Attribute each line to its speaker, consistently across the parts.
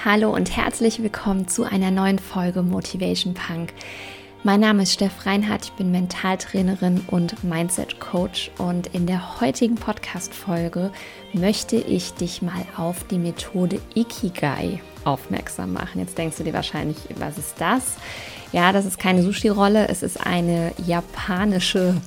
Speaker 1: Hallo und herzlich willkommen zu einer neuen Folge Motivation Punk. Mein Name ist Steff Reinhardt, ich bin Mentaltrainerin und Mindset Coach und in der heutigen Podcast-Folge möchte ich dich mal auf die Methode Ikigai aufmerksam machen. Jetzt denkst du dir wahrscheinlich, was ist das? Ja, das ist keine Sushi-Rolle, es ist eine japanische,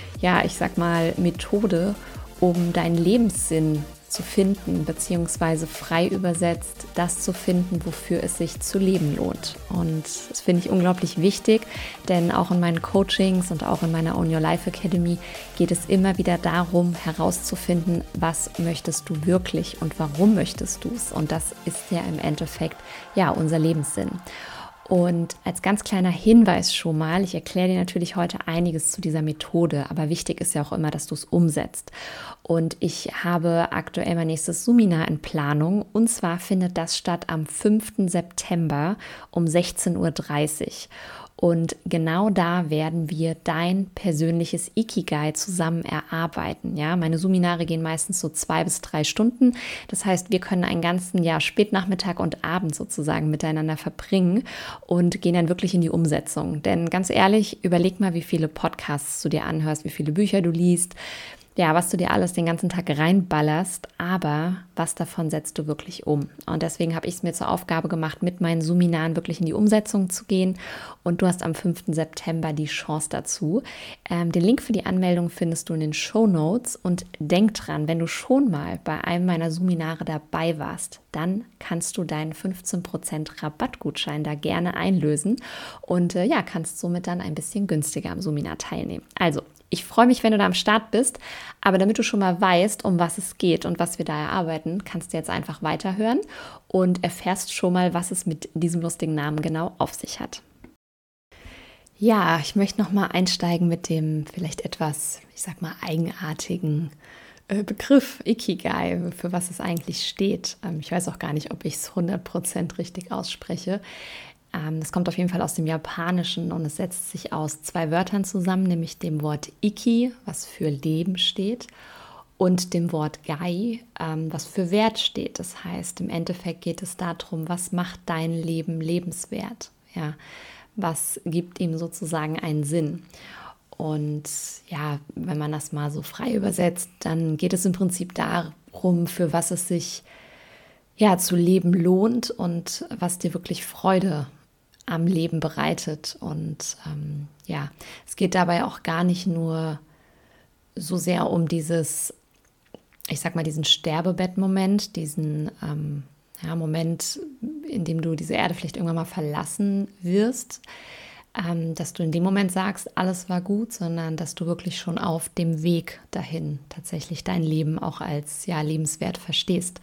Speaker 1: Methode, um deinen Lebenssinn zu finden, beziehungsweise frei übersetzt, das zu finden, wofür es sich zu leben lohnt. Und das finde ich unglaublich wichtig, denn auch in meinen Coachings und auch in meiner Own Your Life Academy geht es immer wieder darum, herauszufinden, was möchtest du wirklich und warum möchtest du es. Und das ist ja im Endeffekt unser Lebenssinn. Und als ganz kleiner Hinweis schon mal, ich erkläre dir natürlich heute einiges zu dieser Methode, aber wichtig ist ja auch immer, dass du es umsetzt. Und ich habe aktuell mein nächstes Seminar in Planung und zwar findet das statt am 5. September um 16:30 Uhr. Und genau da werden wir dein persönliches Ikigai zusammen erarbeiten. Ja, meine Seminare gehen meistens so 2 bis 3 Stunden. Das heißt, wir können einen ganzen Spätnachmittag und Abend sozusagen miteinander verbringen und gehen dann wirklich in die Umsetzung. Denn ganz ehrlich, überleg mal, wie viele Podcasts du dir anhörst, wie viele Bücher du liest, was du dir alles den ganzen Tag reinballerst, aber was davon setzt du wirklich um? Und deswegen habe ich es mir zur Aufgabe gemacht, mit meinen Seminaren wirklich in die Umsetzung zu gehen. Und du hast am 5. September die Chance dazu. Den Link für die Anmeldung findest du in den Shownotes. Und denk dran, wenn du schon mal bei einem meiner Seminare dabei warst, dann kannst du deinen 15% Rabattgutschein da gerne einlösen und kannst somit dann ein bisschen günstiger am Seminar teilnehmen. Also, ich freue mich, wenn du da am Start bist, aber damit du schon mal weißt, um was es geht und was wir da erarbeiten, kannst du jetzt einfach weiterhören und erfährst schon mal, was es mit diesem lustigen Namen genau auf sich hat. Ja, ich möchte noch mal einsteigen mit dem vielleicht etwas, eigenartigen Begriff Ikigai, für was es eigentlich steht. Ich weiß auch gar nicht, ob ich es 100% richtig ausspreche. Das kommt auf jeden Fall aus dem Japanischen und es setzt sich aus 2 Wörtern zusammen, nämlich dem Wort Iki, was für Leben steht, und dem Wort Gai, was für Wert steht. Das heißt, im Endeffekt geht es darum, was macht dein Leben lebenswert? Ja, was gibt ihm sozusagen einen Sinn? Und wenn man das mal so frei übersetzt, dann geht es im Prinzip darum, für was es sich zu leben lohnt und was dir wirklich Freude am Leben bereitet. Und es geht dabei auch gar nicht nur so sehr um dieses, diesen Sterbebettmoment, diesen Moment, in dem du diese Erde vielleicht irgendwann mal verlassen wirst, dass du in dem Moment sagst, alles war gut, sondern dass du wirklich schon auf dem Weg dahin tatsächlich dein Leben auch als lebenswert verstehst.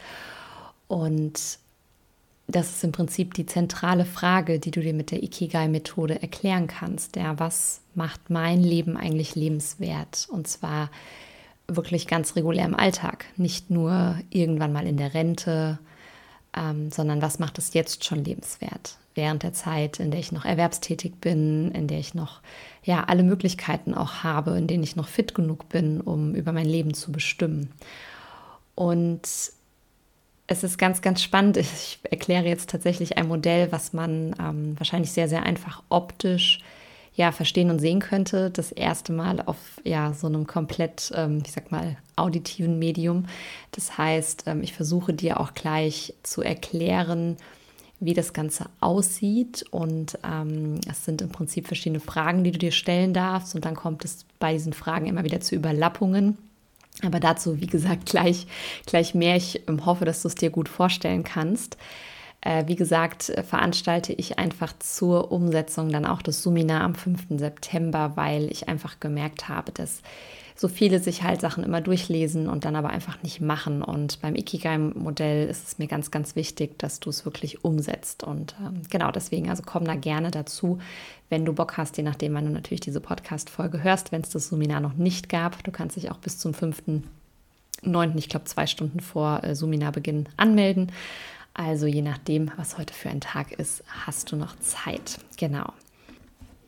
Speaker 1: Und das ist im Prinzip die zentrale Frage, die du dir mit der Ikigai-Methode erklären kannst. Ja, was macht mein Leben eigentlich lebenswert? Und zwar wirklich ganz regulär im Alltag, nicht nur irgendwann mal in der Rente, sondern was macht es jetzt schon lebenswert? Während der Zeit, in der ich noch erwerbstätig bin, in der ich noch alle Möglichkeiten auch habe, in denen ich noch fit genug bin, um über mein Leben zu bestimmen. Und es ist ganz, ganz spannend. Ich erkläre jetzt tatsächlich ein Modell, was man wahrscheinlich sehr, sehr einfach optisch verstehen und sehen könnte. Das erste Mal auf so einem komplett, auditiven Medium. Das heißt, ich versuche dir auch gleich zu erklären, wie das Ganze aussieht. Und es sind im Prinzip verschiedene Fragen, die du dir stellen darfst. Und dann kommt es bei diesen Fragen immer wieder zu Überlappungen. Aber dazu, wie gesagt, gleich mehr. Ich hoffe, dass du es dir gut vorstellen kannst. Wie gesagt, veranstalte ich einfach zur Umsetzung dann auch das Seminar am 5. September, weil ich einfach gemerkt habe, dass so viele sich halt Sachen immer durchlesen und dann aber einfach nicht machen. Und beim Ikigai-Modell ist es mir ganz, ganz wichtig, dass du es wirklich umsetzt. Und deswegen, also komm da gerne dazu, wenn du Bock hast, je nachdem, wann du natürlich diese Podcast-Folge hörst, wenn es das Seminar noch nicht gab. Du kannst dich auch bis zum 5.9., ich glaube 2 Stunden vor Seminarbeginn anmelden. Also je nachdem, was heute für ein Tag ist, hast du noch Zeit. Genau.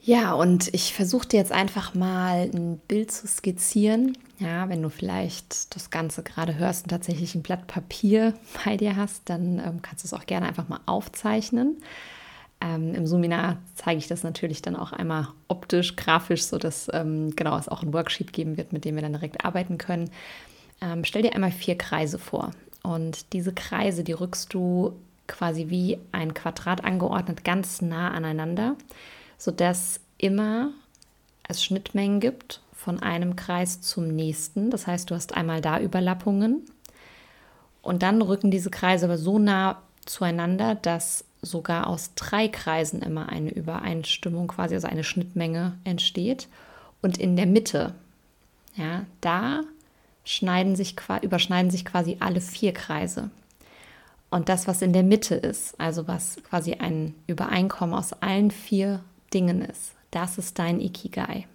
Speaker 1: Ja, und ich versuche dir jetzt einfach mal ein Bild zu skizzieren. Ja, wenn du vielleicht das Ganze gerade hörst und tatsächlich ein Blatt Papier bei dir hast, dann kannst du es auch gerne einfach mal aufzeichnen. Im Seminar zeige ich das natürlich dann auch einmal optisch, grafisch, sodass genau es auch ein Worksheet geben wird, mit dem wir dann direkt arbeiten können. Stell dir einmal 4 Kreise vor. Und diese Kreise, die rückst du quasi wie ein Quadrat angeordnet ganz nah aneinander, sodass immer es Schnittmengen gibt von einem Kreis zum nächsten. Das heißt, du hast einmal da Überlappungen und dann rücken diese Kreise aber so nah zueinander, dass sogar aus 3 Kreisen immer eine Übereinstimmung, quasi also eine Schnittmenge entsteht. Und in der Mitte, ja, da überschneiden sich quasi alle 4 Kreise. Und das, was in der Mitte ist, also was quasi ein Übereinkommen aus allen 4 Dingen ist, das ist dein Ikigai.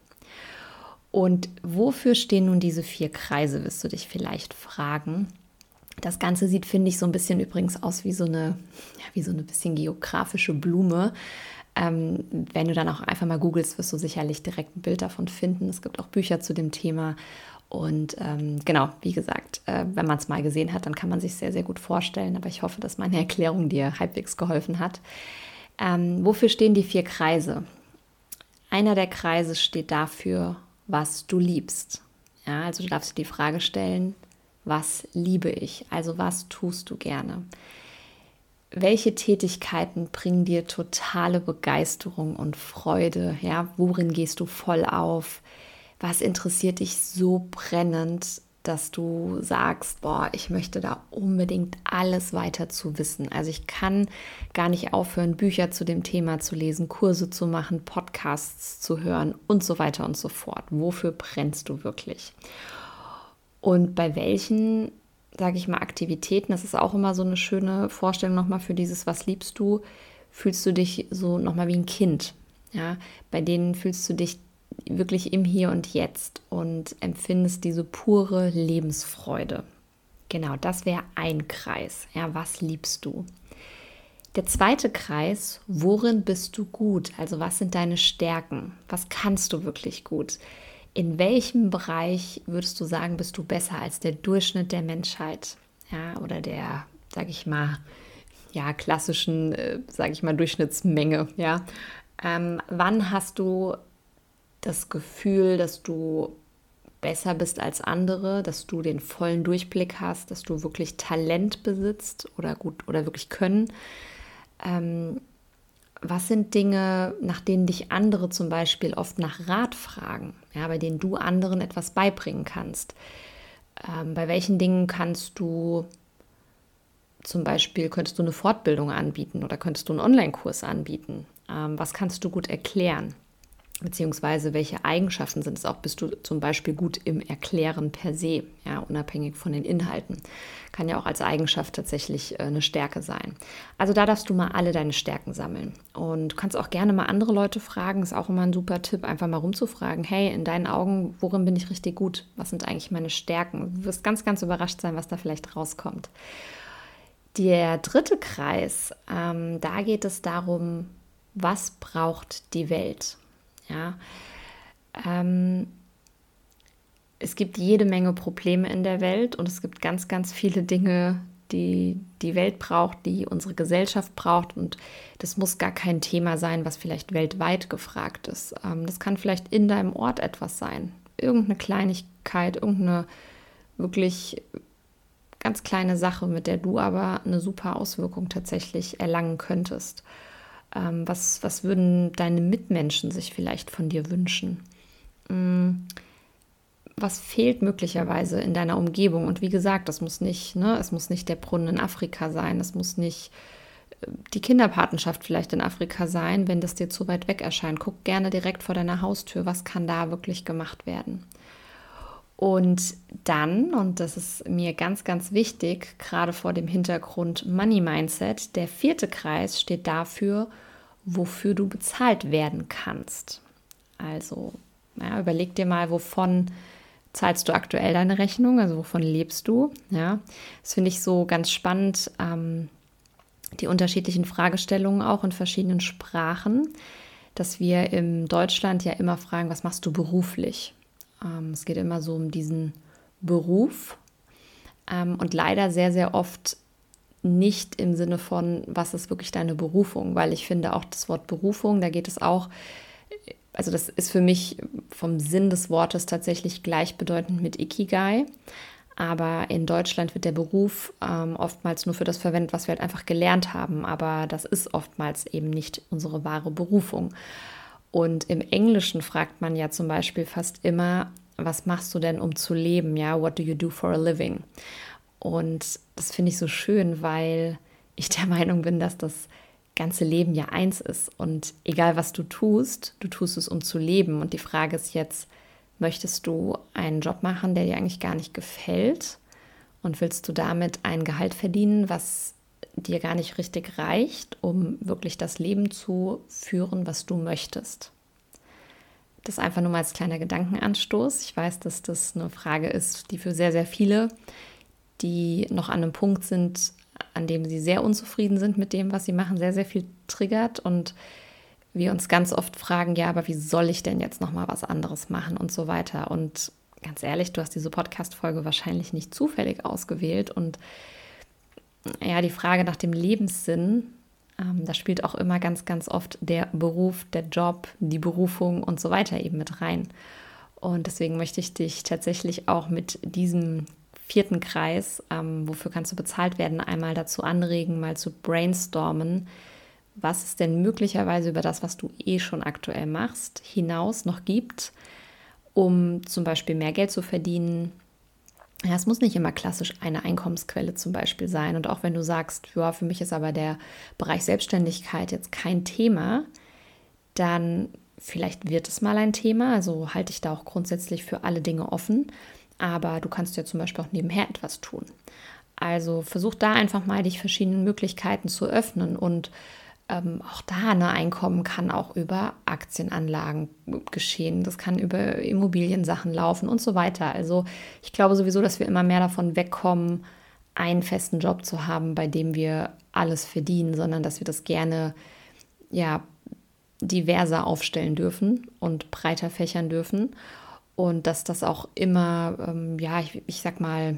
Speaker 1: Und wofür stehen nun diese 4 Kreise, wirst du dich vielleicht fragen. Das Ganze sieht, finde ich, so ein bisschen übrigens aus wie so eine bisschen geografische Blume. Wenn du dann auch einfach mal googelst, wirst du sicherlich direkt ein Bild davon finden. Es gibt auch Bücher zu dem Thema. Und genau, wie gesagt, wenn man es mal gesehen hat, dann kann man sich sehr, sehr gut vorstellen. Aber ich hoffe, dass meine Erklärung dir halbwegs geholfen hat. Wofür stehen die 4 Kreise? Einer der Kreise steht dafür, was du liebst. Ja, also du darfst dir die Frage stellen, was liebe ich? Also was tust du gerne? Welche Tätigkeiten bringen dir totale Begeisterung und Freude? Ja, worin gehst du voll auf? Was interessiert dich so brennend, dass du sagst, boah, ich möchte da unbedingt alles weiter zu wissen. Also ich kann gar nicht aufhören, Bücher zu dem Thema zu lesen, Kurse zu machen, Podcasts zu hören und so weiter und so fort. Wofür brennst du wirklich? Und bei welchen, sage ich mal, Aktivitäten, das ist auch immer so eine schöne Vorstellung nochmal für dieses, was liebst du, fühlst du dich so nochmal wie ein Kind. Ja? Bei denen fühlst du dich wirklich im Hier und Jetzt und empfindest diese pure Lebensfreude. Genau, das wäre ein Kreis. Ja, was liebst du? Der zweite Kreis, worin bist du gut? Also was sind deine Stärken? Was kannst du wirklich gut? In welchem Bereich würdest du sagen, bist du besser als der Durchschnitt der Menschheit? Ja, oder der, sage ich mal, ja, klassischen, sage ich mal, Durchschnittsmenge. Ja? Wann hast du das Gefühl, dass du besser bist als andere, dass du den vollen Durchblick hast, dass du wirklich Talent besitzt oder gut oder wirklich Können? Was sind Dinge, nach denen dich andere zum Beispiel oft nach Rat fragen, ja, bei denen du anderen etwas beibringen kannst? Bei welchen Dingen kannst du zum Beispiel, könntest du eine Fortbildung anbieten oder könntest du einen Online-Kurs anbieten? Was kannst du gut erklären? Beziehungsweise welche Eigenschaften sind es auch? Bist du zum Beispiel gut im Erklären per se, ja, unabhängig von den Inhalten? Kann ja auch als Eigenschaft tatsächlich eine Stärke sein. Also da darfst du mal alle deine Stärken sammeln. Und du kannst auch gerne mal andere Leute fragen, ist auch immer ein super Tipp, einfach mal rumzufragen, hey, in deinen Augen, worin bin ich richtig gut? Was sind eigentlich meine Stärken? Du wirst ganz, ganz überrascht sein, was da vielleicht rauskommt. Der dritte Kreis, da geht es darum, was braucht die Welt? Ja, es gibt jede Menge Probleme in der Welt und es gibt ganz, ganz viele Dinge, die die Welt braucht, die unsere Gesellschaft braucht, und das muss gar kein Thema sein, was vielleicht weltweit gefragt ist. Das kann vielleicht in deinem Ort etwas sein, irgendeine Kleinigkeit, irgendeine wirklich ganz kleine Sache, mit der du aber eine super Auswirkung tatsächlich erlangen könntest. Was würden deine Mitmenschen sich vielleicht von dir wünschen? Was fehlt möglicherweise in deiner Umgebung? Und wie gesagt, das muss nicht, es muss nicht der Brunnen in Afrika sein, es muss nicht die Kinderpatenschaft vielleicht in Afrika sein, wenn das dir zu weit weg erscheint. Guck gerne direkt vor deiner Haustür, was kann da wirklich gemacht werden? Und dann, und das ist mir ganz, ganz wichtig, gerade vor dem Hintergrund Money Mindset, der vierte Kreis steht dafür, wofür du bezahlt werden kannst. Also, ja, überleg dir mal, wovon zahlst du aktuell deine Rechnung, also wovon lebst du? Ja, das finde ich so ganz spannend, die unterschiedlichen Fragestellungen auch in verschiedenen Sprachen. dass wir in Deutschland ja immer fragen, was machst du beruflich? Es geht immer so um diesen Beruf und leider sehr, sehr oft nicht im Sinne von, was ist wirklich deine Berufung? Weil ich finde auch das Wort Berufung, da geht es auch, also das ist für mich vom Sinn des Wortes tatsächlich gleichbedeutend mit Ikigai. Aber in Deutschland wird der Beruf oftmals nur für das verwendet, was wir halt einfach gelernt haben. Aber das ist oftmals eben nicht unsere wahre Berufung. Und im Englischen fragt man ja zum Beispiel fast immer, was machst du denn, um zu leben? Ja, what do you do for a living? Und das finde ich so schön, weil ich der Meinung bin, dass das ganze Leben ja eins ist. Und egal was du tust es, um zu leben. Und die Frage ist jetzt, möchtest du einen Job machen, der dir eigentlich gar nicht gefällt? Und willst du damit ein Gehalt verdienen, was dir gar nicht richtig reicht, um wirklich das Leben zu führen, was du möchtest? Das einfach nur mal als kleiner Gedankenanstoß. Ich weiß, dass das eine Frage ist, die für sehr, sehr viele, die noch an einem Punkt sind, an dem sie sehr unzufrieden sind mit dem, was sie machen, sehr, sehr viel triggert und wir uns ganz oft fragen, ja, aber wie soll ich denn jetzt nochmal was anderes machen und so weiter. Und ganz ehrlich, du hast diese Podcast-Folge wahrscheinlich nicht zufällig ausgewählt. Und ja, die Frage nach dem Lebenssinn, da spielt auch immer ganz, ganz oft der Beruf, der Job, die Berufung und so weiter eben mit rein. Und deswegen möchte ich dich tatsächlich auch mit diesem 4. Kreis, wofür kannst du bezahlt werden, einmal dazu anregen, mal zu brainstormen, was es denn möglicherweise über das, was du schon aktuell machst, hinaus noch gibt, um zum Beispiel mehr Geld zu verdienen. Ja, es muss nicht immer klassisch eine Einkommensquelle zum Beispiel sein. Und auch wenn du sagst, ja, für mich ist aber der Bereich Selbstständigkeit jetzt kein Thema, dann vielleicht wird es mal ein Thema. Also halte ich da auch grundsätzlich für alle Dinge offen. Aber du kannst ja zum Beispiel auch nebenher etwas tun. Also versuch da einfach mal die verschiedenen Möglichkeiten zu öffnen und auch da ein Einkommen kann auch über Aktienanlagen geschehen. Das kann über Immobiliensachen laufen und so weiter. Also ich glaube sowieso, dass wir immer mehr davon wegkommen, einen festen Job zu haben, bei dem wir alles verdienen, sondern dass wir das gerne ja diverser aufstellen dürfen und breiter fächern dürfen. Und dass das auch immer, ich sag mal,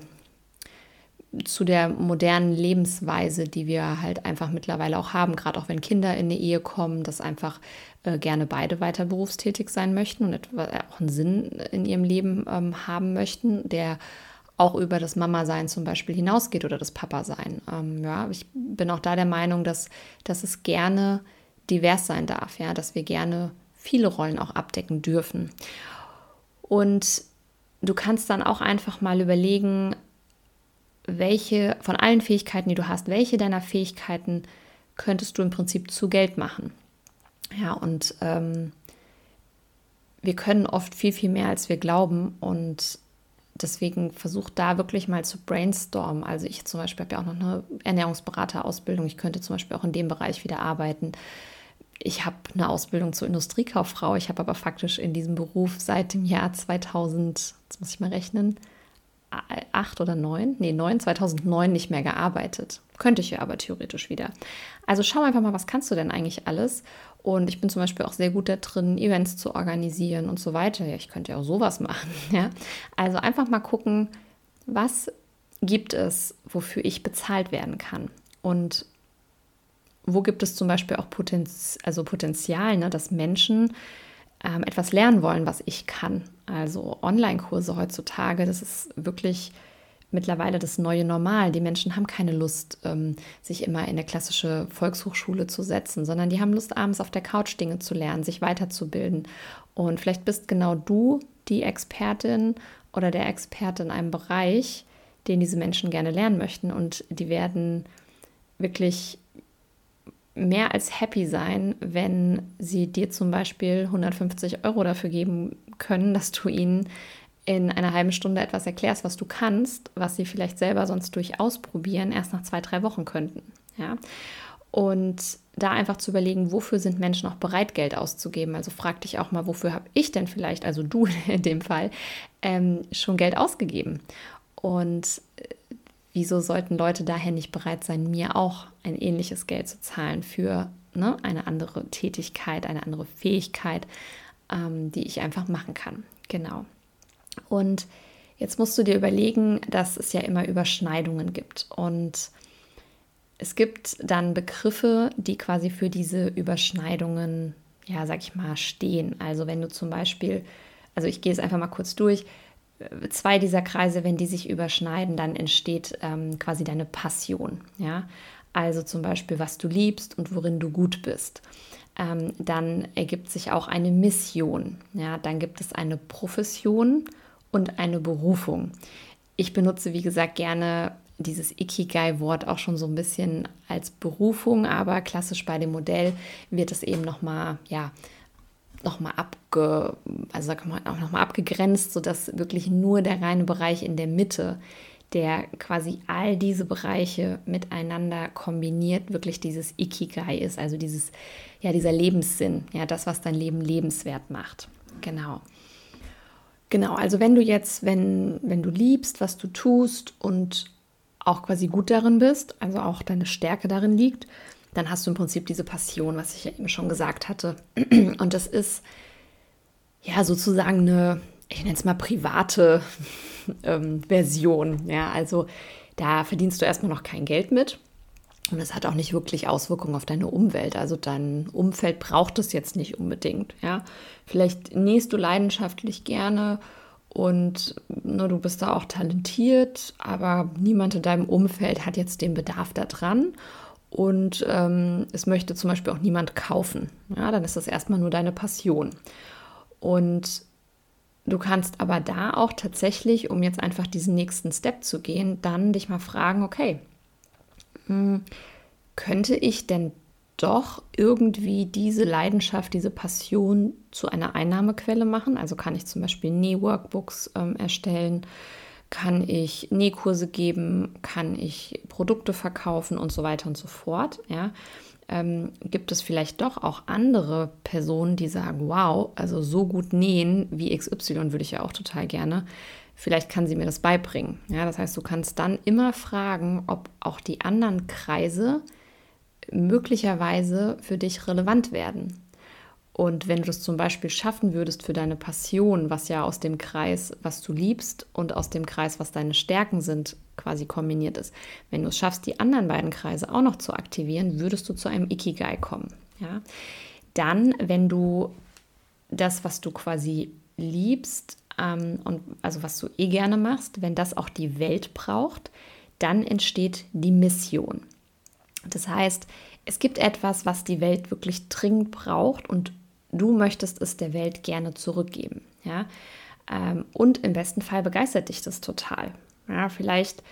Speaker 1: zu der modernen Lebensweise, die wir halt einfach mittlerweile auch haben, gerade auch wenn Kinder in eine Ehe kommen, dass einfach gerne beide weiter berufstätig sein möchten und auch einen Sinn in ihrem Leben haben möchten, der auch über das Mama-Sein zum Beispiel hinausgeht oder das Papa-Sein. Ich bin auch da der Meinung, dass es gerne divers sein darf, ja, dass wir gerne viele Rollen auch abdecken dürfen. Und du kannst dann auch einfach mal überlegen, welche von allen Fähigkeiten, die du hast, welche deiner Fähigkeiten könntest du im Prinzip zu Geld machen? Ja, und wir können oft viel, viel mehr, als wir glauben. Und deswegen versuch da wirklich mal zu brainstormen. Also ich zum Beispiel habe ja auch noch eine Ernährungsberaterausbildung. Ich könnte zum Beispiel auch in dem Bereich wieder arbeiten. Ich habe eine Ausbildung zur Industriekauffrau. Ich habe aber faktisch in diesem Beruf seit dem Jahr 2000, jetzt muss ich mal rechnen, 2009 nicht mehr gearbeitet. Könnte ich ja aber theoretisch wieder. Also schau einfach mal, was kannst du denn eigentlich alles? Und ich bin zum Beispiel auch sehr gut da drin, Events zu organisieren und so weiter. Ja, ich könnte ja auch sowas machen. Ja? Also einfach mal gucken, was gibt es, wofür ich bezahlt werden kann? Und wo gibt es zum Beispiel auch Potenzial, ne, dass Menschen etwas lernen wollen, was ich kann. Also Online-Kurse heutzutage, das ist wirklich mittlerweile das neue Normal. Die Menschen haben keine Lust, sich immer in eine klassische Volkshochschule zu setzen, sondern die haben Lust, abends auf der Couch Dinge zu lernen, sich weiterzubilden. Und vielleicht bist genau du die Expertin oder der Experte in einem Bereich, den diese Menschen gerne lernen möchten. Und die werden wirklich mehr als happy sein, wenn sie dir zum Beispiel 150 € dafür geben können, dass du ihnen in einer halben Stunde etwas erklärst, was du kannst, was sie vielleicht selber sonst durch Ausprobieren erst nach 2-3 Wochen könnten. Ja? Und da einfach zu überlegen, wofür sind Menschen auch bereit, Geld auszugeben. Also frag dich auch mal, wofür habe ich denn vielleicht, also du in dem Fall, schon Geld ausgegeben? Und wieso sollten Leute daher nicht bereit sein, mir auch ein ähnliches Geld zu zahlen für eine andere Tätigkeit, eine andere Fähigkeit, die ich einfach machen kann. Genau. Und jetzt musst du dir überlegen, dass es ja immer Überschneidungen gibt. Und es gibt dann Begriffe, die quasi für diese Überschneidungen, ja, sag ich mal, stehen. Also wenn du zum Beispiel, also ich gehe es einfach mal kurz durch, 2 dieser Kreise, wenn die sich überschneiden, dann entsteht quasi deine Passion. Ja? Also zum Beispiel, was du liebst und worin du gut bist. Dann ergibt sich auch eine Mission. Ja? Dann gibt es eine Profession und eine Berufung. Ich benutze, wie gesagt, gerne dieses Ikigai-Wort auch schon so ein bisschen als Berufung, aber klassisch bei dem Modell wird es eben nochmal abgegrenzt, sodass wirklich nur der reine Bereich in der Mitte, der quasi all diese Bereiche miteinander kombiniert, wirklich dieses Ikigai ist, also dieser Lebenssinn, ja, das, was dein Leben lebenswert macht. Genau, also wenn du liebst, was du tust und auch quasi gut darin bist, also auch deine Stärke darin liegt, dann hast du im Prinzip diese Passion, was ich ja eben schon gesagt hatte. Und das ist ja sozusagen eine, ich nenne es mal private Version. Ja, also da verdienst du erstmal noch kein Geld mit. Und es hat auch nicht wirklich Auswirkungen auf deine Umwelt. Also dein Umfeld braucht es jetzt nicht unbedingt. Ja? Vielleicht nähst du leidenschaftlich gerne und du bist da auch talentiert, aber niemand in deinem Umfeld hat jetzt den Bedarf daran. Und es möchte zum Beispiel auch niemand kaufen. Ja, dann ist das erstmal nur deine Passion. Und du kannst aber da auch tatsächlich, um jetzt einfach diesen nächsten Step zu gehen, dann dich mal fragen, okay, könnte ich denn doch irgendwie diese Leidenschaft, diese Passion zu einer Einnahmequelle machen? Also kann ich zum Beispiel Nähworkbooks erstellen? Kann ich Nähkurse geben, kann ich Produkte verkaufen und so weiter und so fort. Ja? Gibt es vielleicht doch auch andere Personen, die sagen, wow, also so gut nähen wie XY würde ich ja auch total gerne. Vielleicht kann sie mir das beibringen. Ja? Das heißt, du kannst dann immer fragen, ob auch die anderen Kreise möglicherweise für dich relevant werden. Und wenn du es zum Beispiel schaffen würdest für deine Passion, was ja aus dem Kreis, was du liebst und aus dem Kreis, was deine Stärken sind, quasi kombiniert ist. Wenn du es schaffst, die anderen beiden Kreise auch noch zu aktivieren, würdest du zu einem Ikigai kommen. Ja? Dann, wenn du das, was du quasi liebst und also was du gerne machst, wenn das auch die Welt braucht, dann entsteht die Mission. Das heißt, es gibt etwas, was die Welt wirklich dringend braucht und du möchtest es der Welt gerne zurückgeben. Ja? Und im besten Fall begeistert dich das total. Ja, vielleicht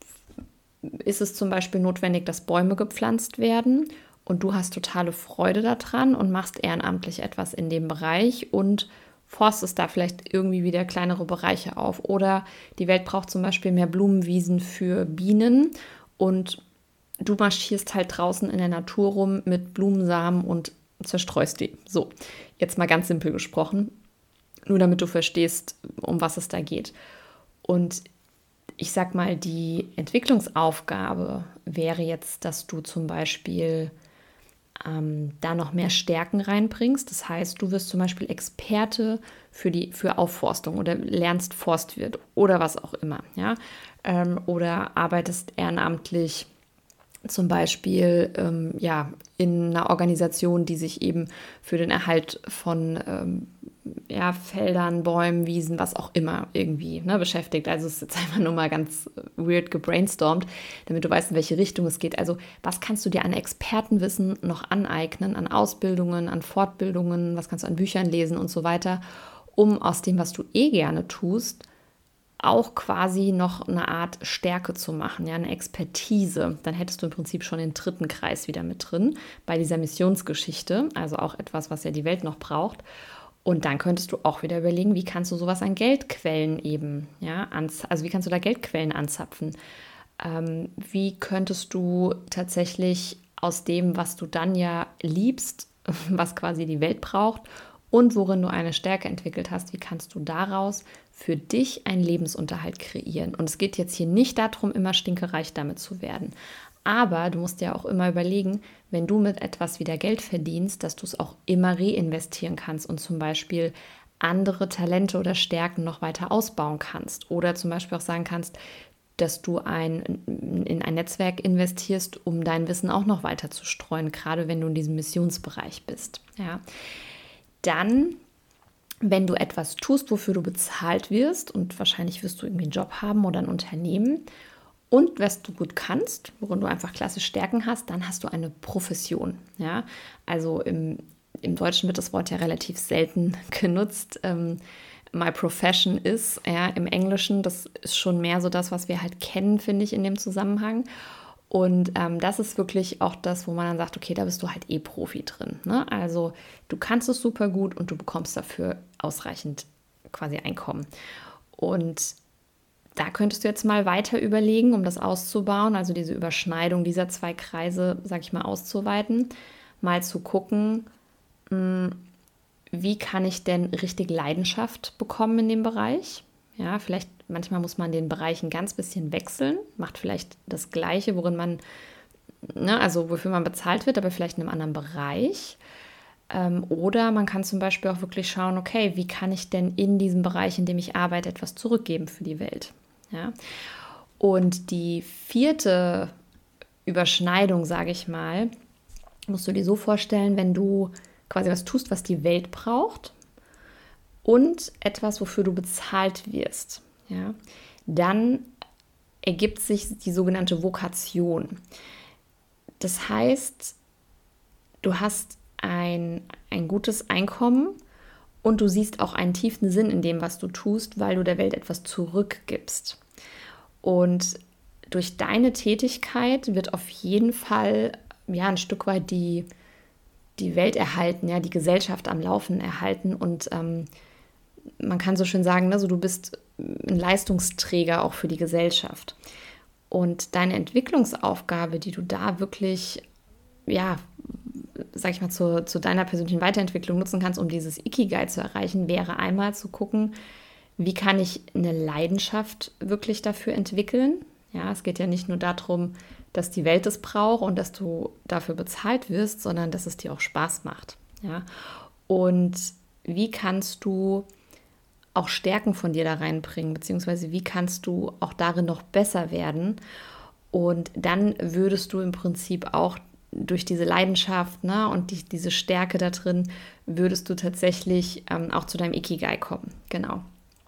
Speaker 1: ist es zum Beispiel notwendig, dass Bäume gepflanzt werden und du hast totale Freude daran und machst ehrenamtlich etwas in dem Bereich und forstest da vielleicht irgendwie wieder kleinere Bereiche auf. Oder die Welt braucht zum Beispiel mehr Blumenwiesen für Bienen und du marschierst halt draußen in der Natur rum mit Blumensamen und zerstreust die. So, jetzt mal ganz simpel gesprochen, nur damit du verstehst, um was es da geht. Und ich sag mal, die Entwicklungsaufgabe wäre jetzt, dass du zum Beispiel da noch mehr Stärken reinbringst. Das heißt, du wirst zum Beispiel Experte für Aufforstung oder lernst Forstwirt oder was auch immer. Ja? Oder arbeitest ehrenamtlich zum Beispiel in einer Organisation, die sich eben für den Erhalt von Feldern, Bäumen, Wiesen, was auch immer irgendwie beschäftigt. Also es ist jetzt einfach nur mal ganz weird gebrainstormt, damit du weißt, in welche Richtung es geht. Also was kannst du dir an Expertenwissen noch aneignen, an Ausbildungen, an Fortbildungen, was kannst du an Büchern lesen und so weiter, um aus dem, was du gerne tust, auch quasi noch eine Art Stärke zu machen, ja, eine Expertise. Dann hättest du im Prinzip schon den dritten Kreis wieder mit drin bei dieser Missionsgeschichte, also auch etwas, was ja die Welt noch braucht. Und dann könntest du auch wieder überlegen, wie kannst du sowas an Geldquellen eben, ja, also wie kannst du da Geldquellen anzapfen? Wie könntest du tatsächlich aus dem, was du dann ja liebst, was quasi die Welt braucht, und worin du eine Stärke entwickelt hast, wie kannst du daraus für dich einen Lebensunterhalt kreieren. Und es geht jetzt hier nicht darum, immer stinkereich damit zu werden. Aber du musst dir auch immer überlegen, wenn du mit etwas wieder Geld verdienst, dass du es auch immer reinvestieren kannst und zum Beispiel andere Talente oder Stärken noch weiter ausbauen kannst. Oder zum Beispiel auch sagen kannst, dass du in ein Netzwerk investierst, um dein Wissen auch noch weiter zu streuen, gerade wenn du in diesem Missionsbereich bist. Ja. Dann, wenn du etwas tust, wofür du bezahlt wirst, und wahrscheinlich wirst du irgendwie einen Job haben oder ein Unternehmen, und was du gut kannst, worin du einfach klasse Stärken hast, dann hast du eine Profession. Ja? Also im Deutschen wird das Wort ja relativ selten genutzt. My profession is, ja, im Englischen, das ist schon mehr so das, was wir halt kennen, finde ich, in dem Zusammenhang. Und das ist wirklich auch das, wo man dann sagt, okay, da bist du halt Profi drin. Ne? Also du kannst es super gut und du bekommst dafür ausreichend quasi Einkommen. Und da könntest du jetzt mal weiter überlegen, um das auszubauen, also diese Überschneidung dieser zwei Kreise, sag ich mal, auszuweiten, mal zu gucken, wie kann ich denn richtig Leidenschaft bekommen in dem Bereich? Ja, vielleicht manchmal muss man den Bereich ein ganz bisschen wechseln, macht vielleicht das Gleiche, worin man, ne, also wofür man bezahlt wird, aber vielleicht in einem anderen Bereich. Oder man kann zum Beispiel auch wirklich schauen, okay, wie kann ich denn in diesem Bereich, in dem ich arbeite, etwas zurückgeben für die Welt? Ja? Und die vierte Überschneidung, sage ich mal, musst du dir so vorstellen, wenn du quasi was tust, was die Welt braucht und etwas, wofür du bezahlt wirst, ja, dann ergibt sich die sogenannte Vokation. Das heißt, du hast ein gutes Einkommen und du siehst auch einen tiefen Sinn in dem, was du tust, weil du der Welt etwas zurückgibst. Und durch deine Tätigkeit wird auf jeden Fall ja ein Stück weit die Welt erhalten, ja, die Gesellschaft am Laufen erhalten. Und man kann so schön sagen, ne, so du bist ein Leistungsträger auch für die Gesellschaft. Und deine Entwicklungsaufgabe, die du da wirklich, ja, sag ich mal, zu deiner persönlichen Weiterentwicklung nutzen kannst, um dieses Ikigai zu erreichen, wäre einmal zu gucken, wie kann ich eine Leidenschaft wirklich dafür entwickeln. Ja, es geht ja nicht nur darum, dass die Welt es braucht und dass du dafür bezahlt wirst, sondern dass es dir auch Spaß macht. Ja? Und wie kannst du auch Stärken von dir da reinbringen, beziehungsweise wie kannst du auch darin noch besser werden? Und dann würdest du im Prinzip auch durch diese Leidenschaft, ne, und diese Stärke da drin, würdest du tatsächlich auch zu deinem Ikigai kommen. Genau.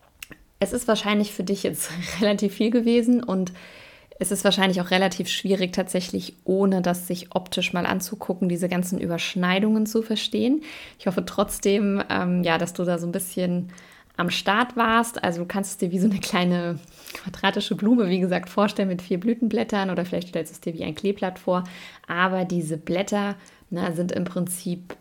Speaker 1: Es ist wahrscheinlich für dich jetzt relativ viel gewesen und es ist wahrscheinlich auch relativ schwierig, tatsächlich ohne das sich optisch mal anzugucken, diese ganzen Überschneidungen zu verstehen. Ich hoffe trotzdem, ja, dass du da so ein bisschen am Start warst. Also du kannst es dir wie so eine kleine quadratische Blume, wie gesagt, vorstellen mit 4 Blütenblättern oder vielleicht stellst du es dir wie ein Kleeblatt vor. Aber diese Blätter, ne, sind im Prinzip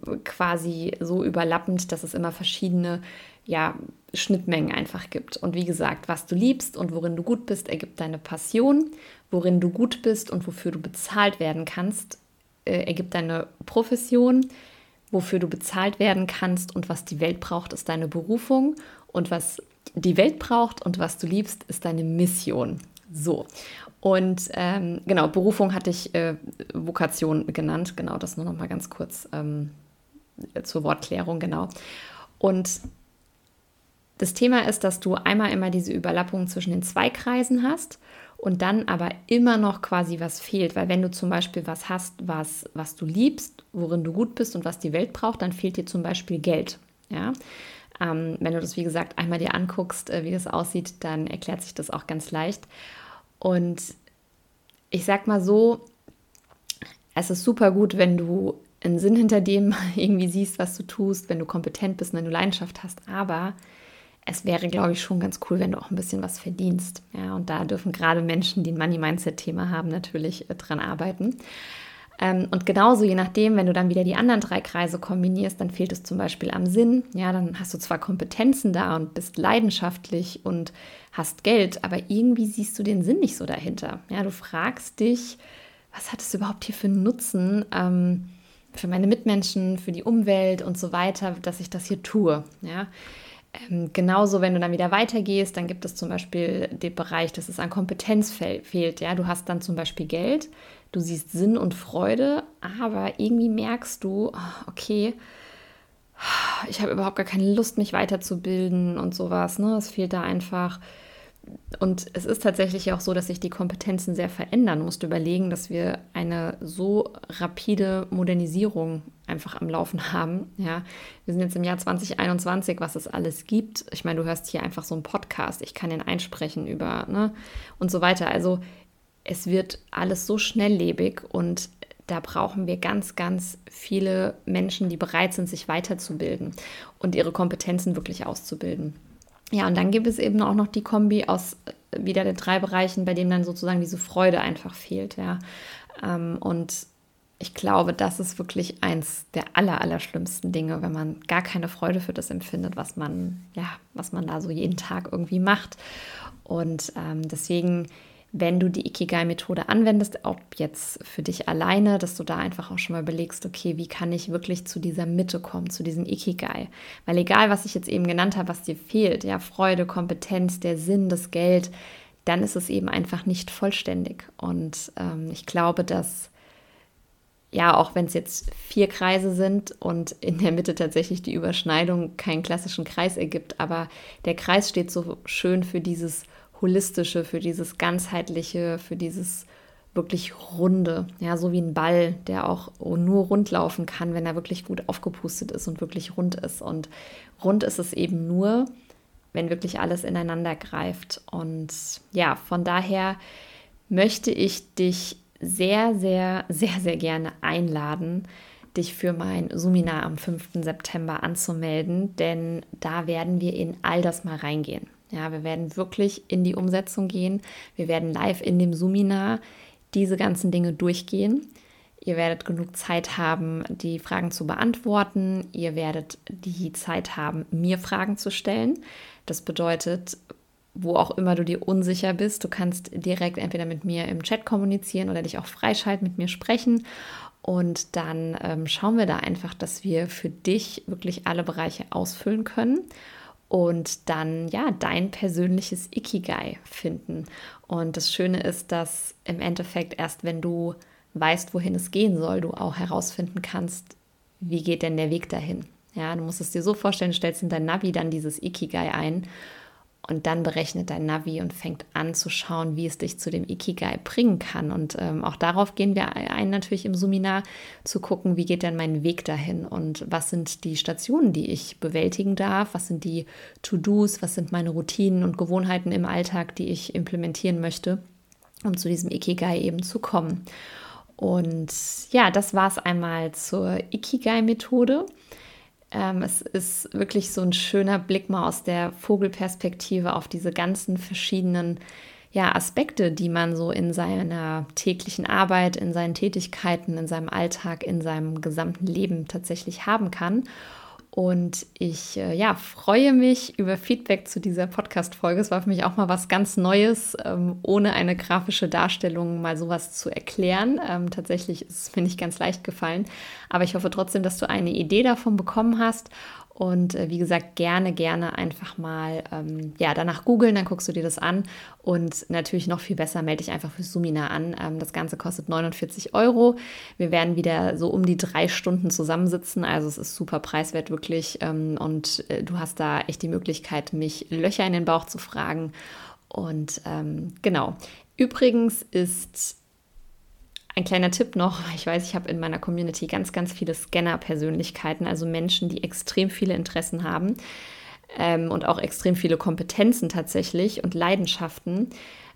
Speaker 1: quasi so überlappend, dass es immer verschiedene, ja, Schnittmengen einfach gibt. Und wie gesagt, was du liebst und worin du gut bist, ergibt deine Passion. Worin du gut bist und wofür du bezahlt werden kannst, ergibt deine Profession. Wofür du bezahlt werden kannst und was die Welt braucht, ist deine Berufung. Und was die Welt braucht und was du liebst, ist deine Mission. So. Und genau, Berufung hatte ich Vokation genannt. Genau, das nur noch mal ganz kurz zur Wortklärung, genau. Und das Thema ist, dass du einmal immer diese Überlappung zwischen den 2 Kreisen hast und dann aber immer noch quasi was fehlt. Weil wenn du zum Beispiel was hast, was du liebst, worin du gut bist und was die Welt braucht, dann fehlt dir zum Beispiel Geld. Ja? Wenn du das, wie gesagt, einmal dir anguckst, wie das aussieht, dann erklärt sich das auch ganz leicht. Und ich sag mal so, es ist super gut, wenn du einen Sinn hinter dem irgendwie siehst, was du tust, wenn du kompetent bist, wenn du Leidenschaft hast, aber es wäre, glaube ich, schon ganz cool, wenn du auch ein bisschen was verdienst. Ja, und da dürfen gerade Menschen, die ein Money-Mindset-Thema haben, natürlich dran arbeiten. Und genauso, je nachdem, wenn du dann wieder die anderen 3 Kreise kombinierst, dann fehlt es zum Beispiel am Sinn. Ja, dann hast du zwar Kompetenzen da und bist leidenschaftlich und hast Geld, aber irgendwie siehst du den Sinn nicht so dahinter. Ja, du fragst dich, was hat es überhaupt hier für einen Nutzen? für meine Mitmenschen, für die Umwelt und so weiter, dass ich das hier tue. Ja? Genauso, wenn du dann wieder weitergehst, dann gibt es zum Beispiel den Bereich, dass es an Kompetenz fehlt. Ja? Du hast dann zum Beispiel Geld, du siehst Sinn und Freude, aber irgendwie merkst du, okay, ich habe überhaupt gar keine Lust, mich weiterzubilden und sowas. Ne? Es fehlt da einfach. Und es ist tatsächlich auch so, dass sich die Kompetenzen sehr verändern. Du musst überlegen, dass wir eine so rapide Modernisierung einfach am Laufen haben. Ja, wir sind jetzt im Jahr 2021, was es alles gibt. Ich meine, du hörst hier einfach so einen Podcast. Ich kann den einsprechen über, ne, und so weiter. Also es wird alles so schnelllebig und da brauchen wir ganz, ganz viele Menschen, die bereit sind, sich weiterzubilden und ihre Kompetenzen wirklich auszubilden. Ja, und dann gibt es eben auch noch die Kombi aus wieder den 3 Bereichen, bei denen dann sozusagen diese Freude einfach fehlt. Ja. Und ich glaube, das ist wirklich eins der allerschlimmsten Dinge, wenn man gar keine Freude für das empfindet, was man da so jeden Tag irgendwie macht. Und deswegen, wenn du die Ikigai-Methode anwendest, ob jetzt für dich alleine, dass du da einfach auch schon mal überlegst, okay, wie kann ich wirklich zu dieser Mitte kommen, zu diesem Ikigai? Weil egal, was ich jetzt eben genannt habe, was dir fehlt, ja, Freude, Kompetenz, der Sinn, das Geld, dann ist es eben einfach nicht vollständig. Und ich glaube, dass, ja, auch wenn es jetzt 4 Kreise sind und in der Mitte tatsächlich die Überschneidung keinen klassischen Kreis ergibt, aber der Kreis steht so schön für dieses Holistische, für dieses Ganzheitliche, für dieses wirklich Runde. Ja, so wie ein Ball, der auch nur rund laufen kann, wenn er wirklich gut aufgepustet ist und wirklich rund ist. Und rund ist es eben nur, wenn wirklich alles ineinander greift. Und ja, von daher möchte ich dich sehr, sehr, sehr, sehr gerne einladen, dich für mein Seminar am 5. September anzumelden, denn da werden wir in all das mal reingehen. Ja, wir werden wirklich in die Umsetzung gehen. Wir werden live in dem Seminar diese ganzen Dinge durchgehen. Ihr werdet genug Zeit haben, die Fragen zu beantworten. Ihr werdet die Zeit haben, mir Fragen zu stellen. Das bedeutet, wo auch immer du dir unsicher bist, du kannst direkt entweder mit mir im Chat kommunizieren oder dich auch freischalten, mit mir sprechen. Und dann schauen wir da einfach, dass wir für dich wirklich alle Bereiche ausfüllen können. Und dann, ja, dein persönliches Ikigai finden. Und das Schöne ist, dass im Endeffekt erst, wenn du weißt, wohin es gehen soll, du auch herausfinden kannst, wie geht denn der Weg dahin. Ja, du musst es dir so vorstellen, stellst in dein Navi dann dieses Ikigai ein und dann berechnet dein Navi und fängt an zu schauen, wie es dich zu dem Ikigai bringen kann. Und auch darauf gehen wir ein, natürlich im Seminar, zu gucken, wie geht denn mein Weg dahin und was sind die Stationen, die ich bewältigen darf, was sind die To-Dos, was sind meine Routinen und Gewohnheiten im Alltag, die ich implementieren möchte, um zu diesem Ikigai eben zu kommen. Und ja, das war es einmal zur Ikigai-Methode. Es ist wirklich so ein schöner Blick mal aus der Vogelperspektive auf diese ganzen verschiedenen, ja, Aspekte, die man so in seiner täglichen Arbeit, in seinen Tätigkeiten, in seinem Alltag, in seinem gesamten Leben tatsächlich haben kann. Und ich freue mich über Feedback zu dieser Podcast-Folge. Es war für mich auch mal was ganz Neues, ohne eine grafische Darstellung mal sowas zu erklären. Tatsächlich ist es mir nicht ganz leicht gefallen. Aber ich hoffe trotzdem, dass du eine Idee davon bekommen hast. Und wie gesagt, gerne einfach mal danach googeln, dann guckst du dir das an. Und natürlich noch viel besser, melde dich einfach fürs Seminar an. Das Ganze kostet 49 €. Wir werden wieder so um die 3 Stunden zusammensitzen. Also es ist super preiswert wirklich. Und du hast da echt die Möglichkeit, mich Löcher in den Bauch zu fragen. Und genau. Übrigens ist ein kleiner Tipp noch, ich weiß, ich habe in meiner Community ganz, ganz viele Scanner-Persönlichkeiten, also Menschen, die extrem viele Interessen haben und auch extrem viele Kompetenzen tatsächlich und Leidenschaften,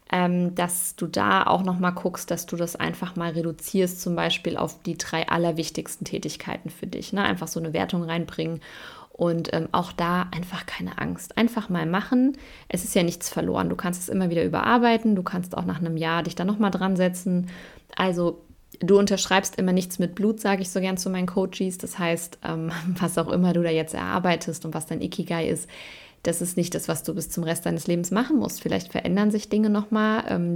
Speaker 1: dass du da auch nochmal guckst, dass du das einfach mal reduzierst, zum Beispiel auf die 3 allerwichtigsten Tätigkeiten für dich. Ne? Einfach so eine Wertung reinbringen. Und auch da einfach keine Angst. Einfach mal machen. Es ist ja nichts verloren. Du kannst es immer wieder überarbeiten. Du kannst auch nach einem Jahr dich da nochmal dran setzen. Also du unterschreibst immer nichts mit Blut, sage ich so gern zu meinen Coaches. Das heißt, was auch immer du da jetzt erarbeitest und was dein Ikigai ist, das ist nicht das, was du bis zum Rest deines Lebens machen musst. Vielleicht verändern sich Dinge nochmal.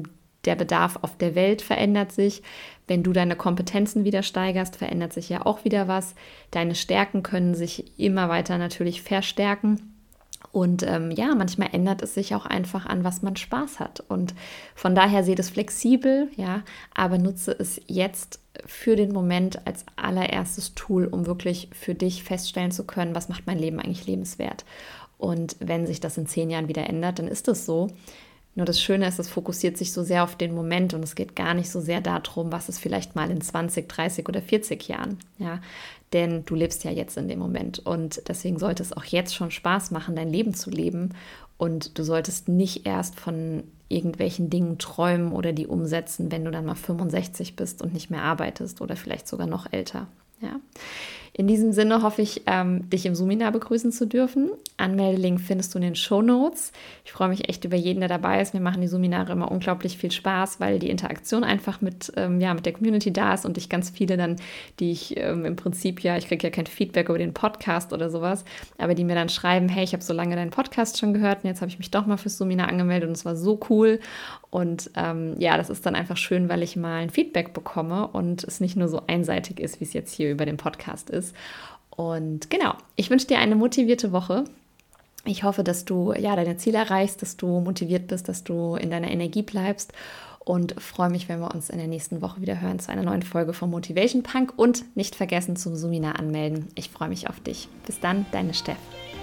Speaker 1: der Bedarf auf der Welt verändert sich. Wenn du deine Kompetenzen wieder steigerst, verändert sich ja auch wieder was. Deine Stärken können sich immer weiter natürlich verstärken. Und manchmal ändert es sich auch einfach an, was man Spaß hat. Und von daher seht es flexibel, ja, aber nutze es jetzt für den Moment als allererstes Tool, um wirklich für dich feststellen zu können, was macht mein Leben eigentlich lebenswert. Und wenn sich das in 10 Jahren wieder ändert, dann ist es so. Nur das Schöne ist, es fokussiert sich so sehr auf den Moment und es geht gar nicht so sehr darum, was ist vielleicht mal in 20, 30 oder 40 Jahren. Ja? Denn du lebst ja jetzt in dem Moment und deswegen sollte es auch jetzt schon Spaß machen, dein Leben zu leben und du solltest nicht erst von irgendwelchen Dingen träumen oder die umsetzen, wenn du dann mal 65 bist und nicht mehr arbeitest oder vielleicht sogar noch älter. Ja. In diesem Sinne hoffe ich, dich im Seminar begrüßen zu dürfen. Anmeldelink findest du in den Shownotes. Ich freue mich echt über jeden, der dabei ist. Mir machen die Seminare immer unglaublich viel Spaß, weil die Interaktion einfach mit der Community da ist und ich ganz viele dann, die ich im Prinzip ich kriege ja kein Feedback über den Podcast oder sowas, aber die mir dann schreiben, hey, ich habe so lange deinen Podcast schon gehört und jetzt habe ich mich doch mal fürs Seminar angemeldet und es war so cool. Und das ist dann einfach schön, weil ich mal ein Feedback bekomme und es nicht nur so einseitig ist, wie es jetzt hier über den Podcast ist. Und genau, ich wünsche dir eine motivierte Woche. Ich hoffe, dass du deine Ziele erreichst, dass du motiviert bist, dass du in deiner Energie bleibst und freue mich, wenn wir uns in der nächsten Woche wieder hören zu einer neuen Folge vom Motivation Punk und nicht vergessen zum Seminar anmelden. Ich freue mich auf dich. Bis dann, deine Steff.